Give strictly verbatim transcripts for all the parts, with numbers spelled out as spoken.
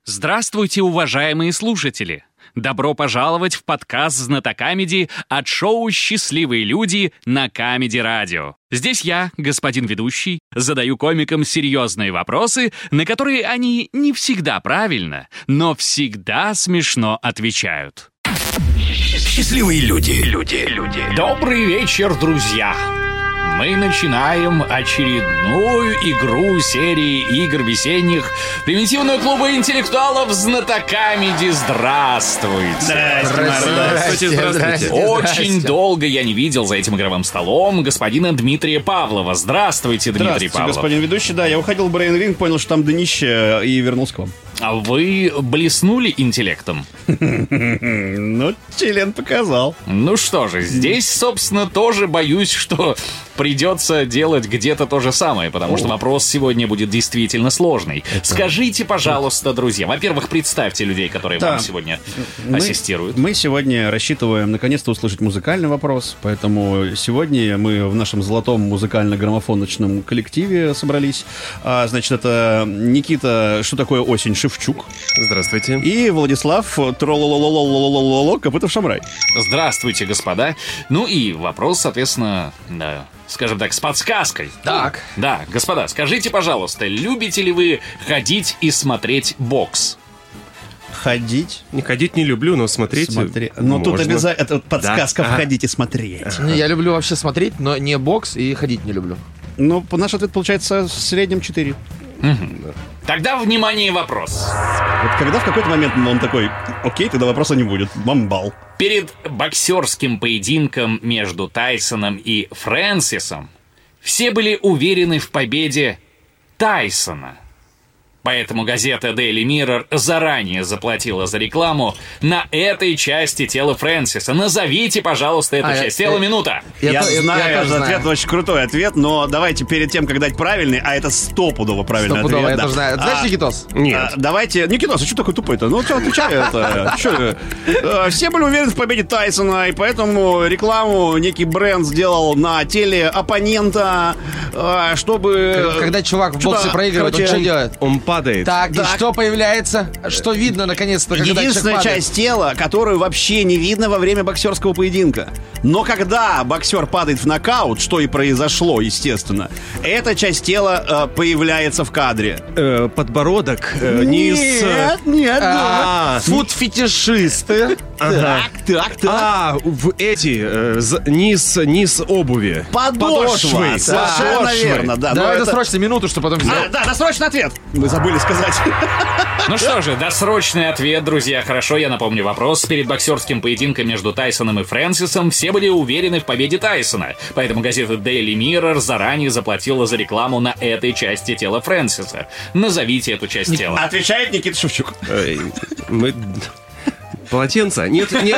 Здравствуйте, уважаемые слушатели! Добро пожаловать в подкаст «Знатокамеди» от шоу «Счастливые люди» на Камеди Радио. Здесь я, господин ведущий, задаю комикам серьезные вопросы, на которые они не всегда правильно, но всегда смешно отвечают. Счастливые люди, люди, люди. Добрый вечер, друзья! Мы начинаем очередную игру серии игр весенних примитивного клуба интеллектуалов «Знатокамеди». Здравствуйте! Здравствуйте, здравствуйте, здравствуйте. Очень Здрасте. долго я не видел за этим игровым столом господина Дмитрия Павлова. Здравствуйте, Дмитрий Здравствуйте, Павлов. господин ведущий. Да, я уходил в Brain Ring, понял, что там днище, и вернулся к вам. А вы блеснули интеллектом? Ну, член показал. Ну что же, здесь, собственно, тоже боюсь, что придется делать где-то то же самое, потому что вопрос сегодня будет действительно сложный. Скажите, пожалуйста, друзья, во-первых, представьте людей, которые Да. вам сегодня Мы- ассистируют. Мы сегодня рассчитываем наконец-то услышать музыкальный вопрос, поэтому сегодня мы в нашем золотом музыкально-граммофоночном коллективе собрались. А, значит, это Никита, что такое осень, Шевчук, Здравствуйте. и Владислав Трололололололололололо, Копытов-Шамрай. Здравствуйте, господа. Ну и вопрос, соответственно, да, скажем так, с подсказкой. Так. Да, господа, скажите, пожалуйста, любите ли вы ходить и смотреть бокс? Ходить, Не ходить не люблю, но смотреть смотреть. Но тут можно. обязательно, это подсказка, Да. Ага. входить и смотреть. Не, я люблю вообще смотреть, но не бокс и ходить не люблю. Ну, наш ответ получается в среднем четыре. Тогда, внимание, вопрос. Вот когда в какой-то момент он такой, окей, тогда вопроса не будет, бамбал. Перед боксерским поединком между Тайсоном и Фрэнсисом все были уверены в победе Тайсона. Поэтому газета Daily Mirror заранее заплатила за рекламу на этой части тела Фрэнсиса. Назовите, пожалуйста, эту А, часть я- тела. я- Минута. Я, Я то- знаю, я тоже этот ответ знаю. очень крутой ответ, но давайте перед тем, как дать правильный, а это стопудово правильный Стопудово, ответ. я да. тоже знаю. Знаешь, А, Никитос? Нет. а, давайте... Никитос, а что такой тупой-то? Ну, что, отвечай это. Чё, э, Все были уверены в победе Тайсона, и поэтому рекламу некий бренд сделал на теле оппонента, э, чтобы... Когда чувак в что-то, боксе проигрывает, он короче, что делает? Он падает. Так, и Так. что появляется? Что видно, наконец-то, когда человек Единственная падает? часть тела, которую вообще не видно во время боксерского поединка. Но когда боксер падает в нокаут, что и произошло, естественно, эта часть тела э, появляется в кадре. Э, подбородок, э, низ. э, Нет, нет, А, Фуд-фетишисты. ага. так, так. А, в эти, э, з- низ, низ обуви. Подошва. Подошвы. Совершенно Подошвы. верно, да. но Давай это- досрочно минуту, что потом А, взять. да, досрочный ответ. Мы забыли сказать. Ну что же, досрочный ответ, друзья. Хорошо, я напомню вопрос. Перед боксерским поединком между Тайсоном и Фрэнсисом все были уверены в победе Тайсона. Поэтому газета Daily Mirror заранее заплатила за рекламу на этой части тела Фрэнсиса. Назовите эту часть тела. Отвечает Никита Шевчук. Э, Мы... Полотенце? Нет, нет,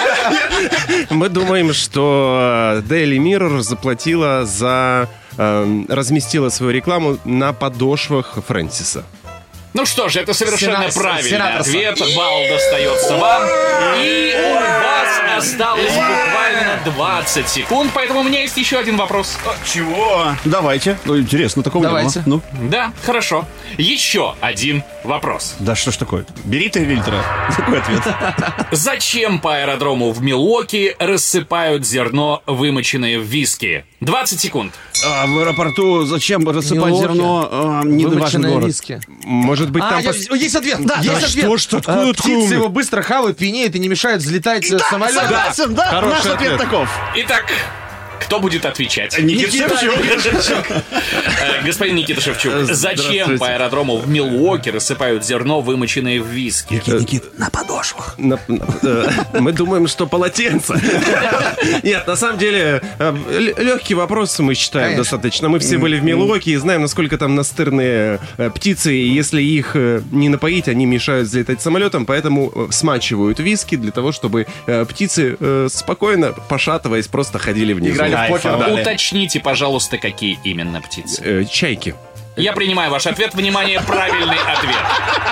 нет. Мы думаем, что Daily Mirror заплатила за... э, разместила свою рекламу на подошвах Фрэнсиса. Ну что же, это совершенно Сена- правильный сенаторство. ответ. Балл достается вам. И у вас осталось буквально двадцать секунд, поэтому у меня есть еще один вопрос. Чего? Давайте. Ну, интересно, такого Давайте. не было. Ну, Да, хорошо. Еще один вопрос. да что ж такое? Бери ты фильтра. Такой ответ. Зачем по аэродрому в Милуоки рассыпают зерно, вымоченное в виски? двадцать секунд. А в аэропорту зачем рассыпать Милуоки. зерно? А, не важный Вымоченные город. виски. Может быть, А, там... я- пос- есть ответ. Да, есть да ответ. что ж тут, А, откуда птицы откуда? его быстро хавают, пьянеют и не мешают взлетать с самолета. Согласен, да? Хороший Наш ответ ответ. таков. Итак, кто будет отвечать? Никита Шевчук. Э, Господин Никита Шевчук, зачем Здравствуйте. по аэродрому в Милуоки рассыпают зерно, вымоченное в виски? Никит, Никит, на подошвах. На- на- э, Мы думаем, что полотенце. Нет, на самом деле, легкий вопрос мы считаем Конечно. достаточно. Мы все были в Милуоки и знаем, насколько там настырные э, птицы. И если их э, не напоить, они мешают взлетать самолетом. Поэтому э, смачивают виски для того, чтобы э, птицы э, спокойно, пошатываясь, просто ходили внизу. Играли в покер, да. Уточните, пожалуйста, какие именно птицы. Э, Чайки. Я принимаю ваш ответ. Внимание, правильный ответ.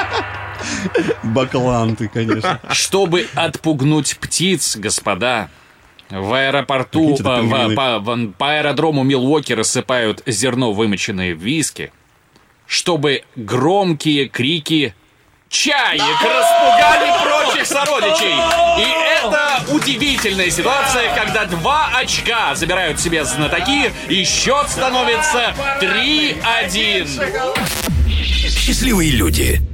Бакланты, конечно. Чтобы отпугнуть птиц, господа, в аэропорту, Какие-то по, пингвины. по- по- по аэродрому Милуоки рассыпают зерно, вымоченное в виски, чтобы громкие крики чаек распугали прочих сородичей. И это удивительная ситуация, когда два очка забирают себе знатоки, и счет становится три один. Счастливые люди.